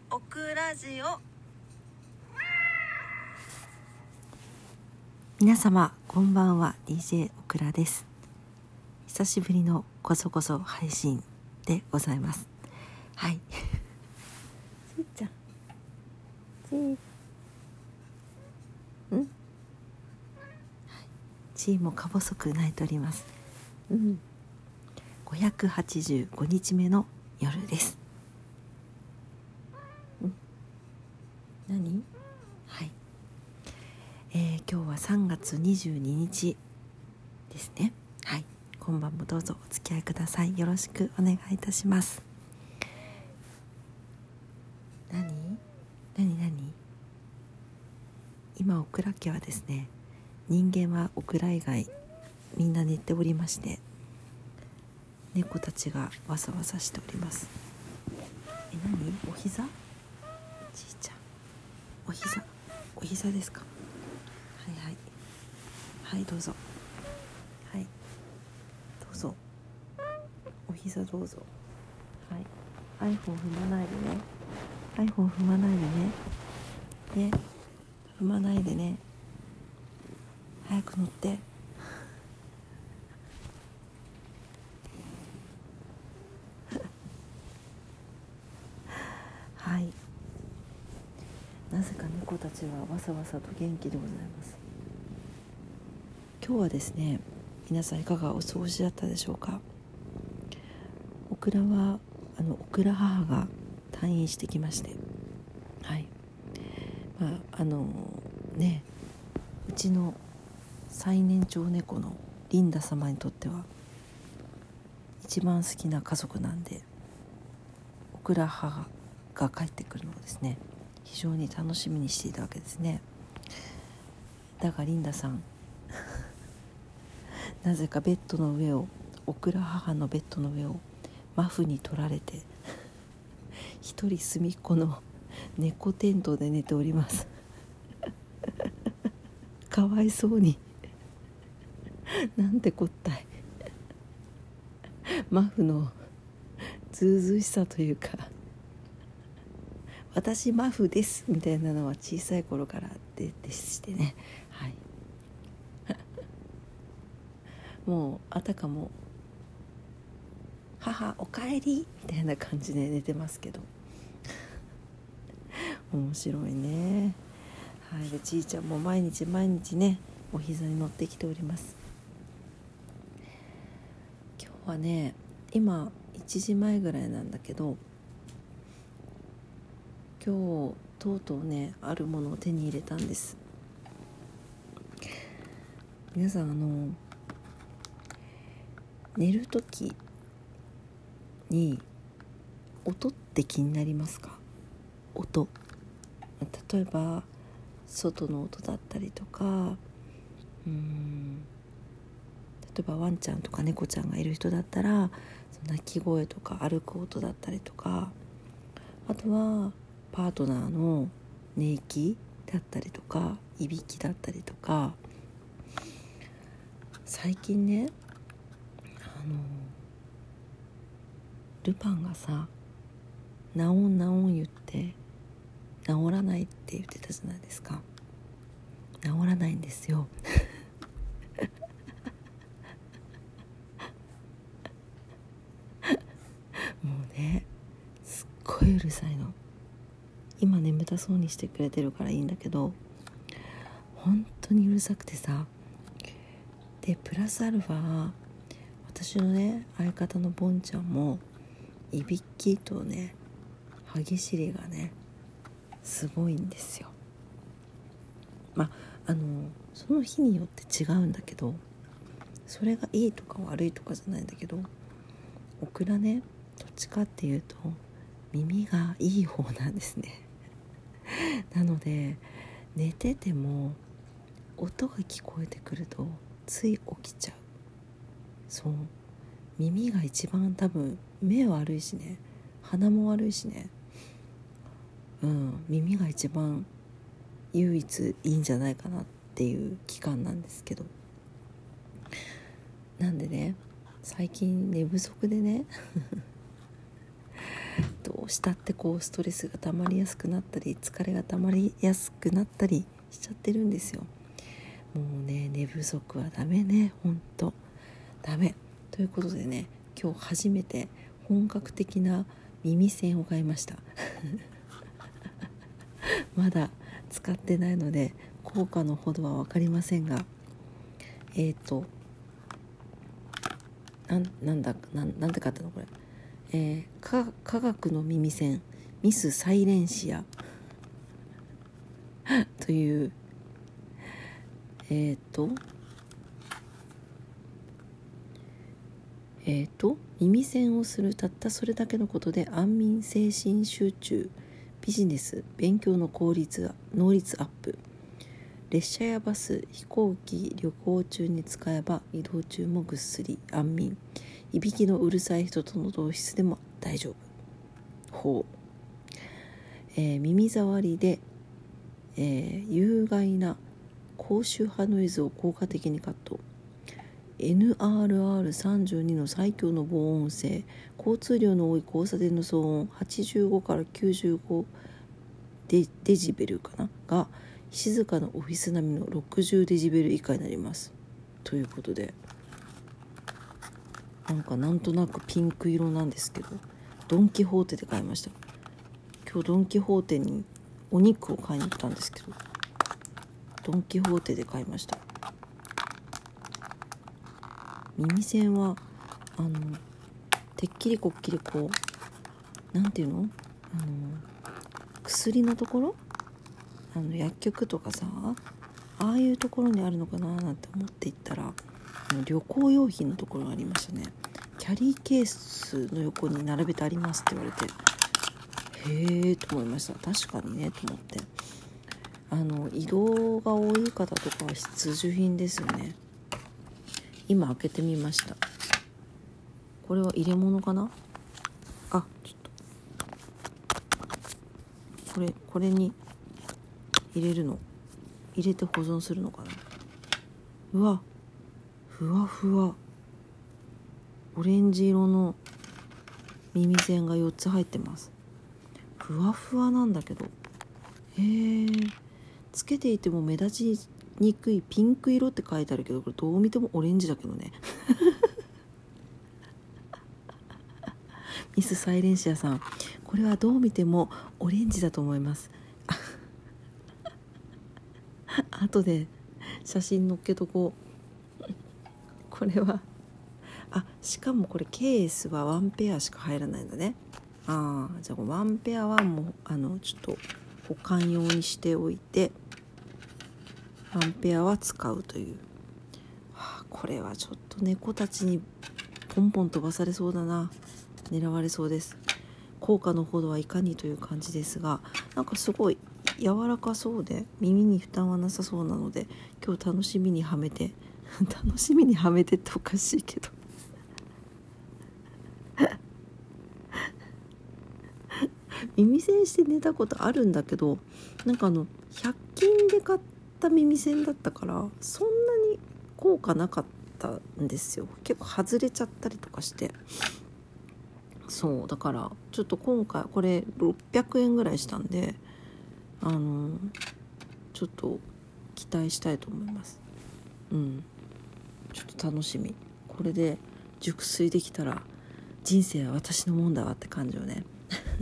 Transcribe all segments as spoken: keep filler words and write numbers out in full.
オクラジオ。皆様こんばんは、 ディージェー オクラです。久しぶりのこそこそ配信でございます。はいちーちゃんちーん、はい、ちーもか細く泣いております。うんごひゃくはちじゅうごにちめの夜です。ん何はい、えー、今日はさんがつにじゅうににちですね。はい、今晩もどうぞお付き合いください。よろしくお願いいたします。何何何今オクラ家はですね、人間はオクラ以外みんな寝ておりまして、猫たちがわさわさしております。え、何お膝ちいちゃん、お膝お膝ですか。はいはいはいどうぞ、はいどうぞ、お膝どうぞ。はい iPhone 踏まないでね、 iPhone 踏まないでねね踏まないでね、早く乗ってはい、なぜか猫たちはわさわさと元気でございます。今日はですね、皆さんいかがお過ごしだったでしょうか。オクラはあのオクラ母が退院してきまして、はい、まああのねうちの最年長猫のリンダ様にとっては一番好きな家族なんで、オクラ母が帰ってくるのをですね、非常に楽しみにしていたわけですね。だがリンダさんなぜかベッドの上を、オクラ母のベッドの上をマフに取られて一人隅っこの猫テントで寝ておりますかわいそうになんてこったいマフのずうずうしさというか、私マフですみたいなのは小さい頃からででしてね、はいもうあたかも母おかえりみたいな感じで寝てますけど面白いね。はい、でちいちゃんも毎日毎日ねお膝に乗ってきております。今日はね今いちじまえぐらいなんだけど、今日とうとうねあるものを手に入れたんです。皆さんあの寝るときに音って気になりますか？音、例えば外の音だったりとか、うーん例えばワンちゃんとか猫ちゃんがいる人だったらその鳴き声とか歩く音だったりとか、あとはパートナーの寝息だったりとかいびきだったりとか、最近ねあのルパンがさナオンナオン言って治らないって言ってたじゃないですか。治らないんですよもうねすっごいうるさいの。今眠たそうにしてくれてるからいいんだけど、本当にうるさくてさ、でプラスアルファ私のね相方のボンちゃんもいびきとね歯ぎしりがねすごいんですよ。まああのその日によって違うんだけど、それがいいとか悪いとかじゃないんだけど、オクラねどっちかっていうと耳がいい方なんですねなので寝てても音が聞こえてくるとつい起きちゃう。そう耳が一番多分目悪いしね、鼻も悪いしね、うん耳が一番唯一いいんじゃないかなっていう期間なんですけど、なんでね最近寝不足でねどう下ってこうストレスが溜まりやすくなったり疲れが溜まりやすくなったりしちゃってるんですよ。もうね、寝不足はダメね、ほんとダメということでね、今日初めて本格的な耳栓を買いましたまだ使ってないので効果のほどは分かりませんが、えっとなんなんだなん、なんて買ったのこれ、えー、か科学の耳栓ミスサイレンシアというえっ、ー、とえっ、ー、と耳栓をするたったそれだけのことで安眠、精神集中、ビジネス、勉強の効率能率アップ。列車やバス、飛行機、旅行中に使えば移動中もぐっすり安眠。いびきのうるさい人との同室でも大丈夫。ほう、えー、耳障りで、えー、有害な高周波ノイズを効果的にカット。 エヌアールアールさんじゅうに の最強の防音性。交通量の多い交差点の騒音はちじゅうごからきゅうじゅうご デ, デジベルかなが静かなオフィス並みのろくじゅうデジベル以下になりますということで、なんかなんとなくピンク色なんですけど、ドンキホーテで買いました。今日ドンキホーテにお肉を買いに行ったんですけど、ドンキホーテで買いました。耳栓はあのてっきりこっきりこうなんていうの、あの薬のところ、あの薬局とかさ、ああいうところにあるのかななんて思って行ったら、旅行用品のところがありましたね。キャリーケースの横に並べてありますって言われて、へえと思いました。確かにねと思って、あの移動が多い方とかは必需品ですよね。今開けてみました。これは入れ物かなあ、ちょっとこれこれに入れるの、入れて保存するのかな。うわ、ふわふわ、オレンジ色の耳栓がよっつ入ってます。ふわふわなんだけど、へー、つけていても目立ちにくいピンク色って書いてあるけど、これどう見てもオレンジだけどねミスサイレンシアさん、これはどう見てもオレンジだと思います後で写真載っけとこうこれはあ、しかもこれケースはワンペアしか入らないんだね。ああ、じゃあワンペアはもうあのちょっと保管用にしておいて、ワンペアは使うという、はあ、これはちょっと猫たちにポンポン飛ばされそうだな、狙われそうです。効果のほどはいかにという感じですが、なんかすごい柔らかそうで耳に負担はなさそうなので、今日楽しみにはめて楽しみにはめてっておかしいけど耳栓して寝たことあるんだけど、なんかあのひゃく均で買った耳栓だったからそんなに効果なかったんですよ。結構外れちゃったりとかして、そうだからちょっと今回これろっぴゃくえんぐらいしたんで、あのちょっと期待したいと思います。うん、ちょっと楽しみ。これで熟睡できたら人生は私のもんだわって感じよね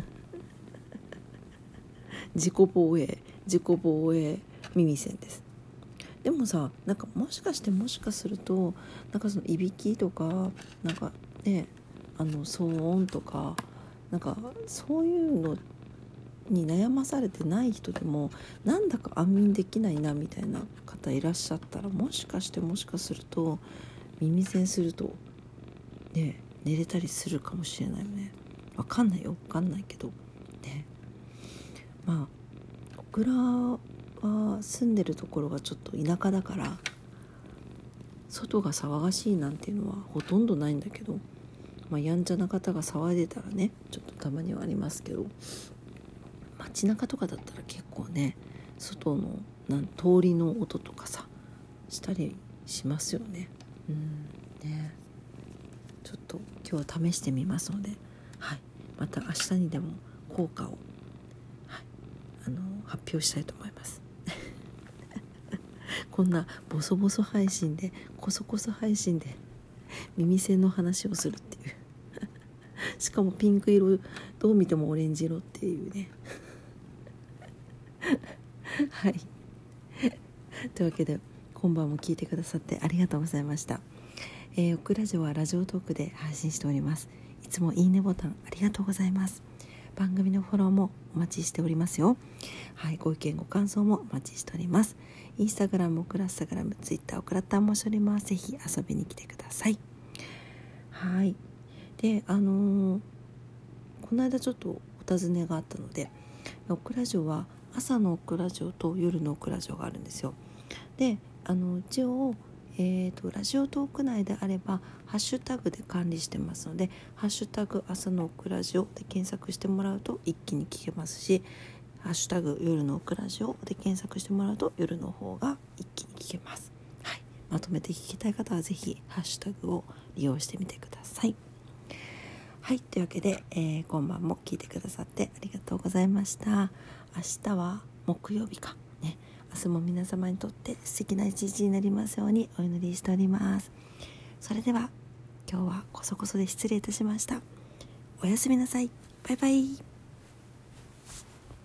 自己防衛自己防衛耳栓です。でもさ、なんかもしかしてもしかするとなんかそのいびきとかなんかね、あの騒音とかなんかそういうのに悩まされてない人でもなんだか安眠できないなみたいな方いらっしゃったら、もしかしてもしかすると耳栓するとね寝れたりするかもしれないよね。わかんないよ、わかんないけどね。まあ小倉は住んでるところがちょっと田舎だから外が騒がしいなんていうのはほとんどないんだけど、まあ、やんちゃな方が騒いでたらねちょっとたまにはありますけど、街中とかだったら結構ね外のなん通りの音とかさしたりしますよね。うんね、ちょっと今日は試してみますので、はい、また明日にでも効果を、はい、あの発表したいと思いますこんなボソボソ配信でコソコソ配信で耳栓の話をするっていうしかもピンク色、どう見てもオレンジ色っていうねはいというわけで今晩も聞いてくださってありがとうございました。えー、オクラジオはラジオトークで配信しております。いつもいいねボタンありがとうございます。番組のフォローもお待ちしておりますよ。はい、ご意見ご感想もお待ちしております。インスタグラム、オクラスタグラム、ツイッター、オクラッタンもしております。ぜひ遊びに来てください。はい。で、あのー、この間ちょっとお尋ねがあったので、オクラジオは朝のオクラジオと夜のオクラジオがあるんですよ。で、あの一応えーと、ラジオトーク内であればハッシュタグで管理してますので、ハッシュタグ朝のオクラジオで検索してもらうと一気に聞けますし、ハッシュタグ夜のオクラジオで検索してもらうと夜の方が一気に聞けます。はい、まとめて聞きたい方はぜひハッシュタグを利用してみてください。はい、というわけで、えー、今晩も聞いてくださってありがとうございました。明日は木曜日かね。明日も皆様にとって素敵な一日になりますようにお祈りしております。それでは今日はこそこそで失礼いたしました。おやすみなさい。バイバイ。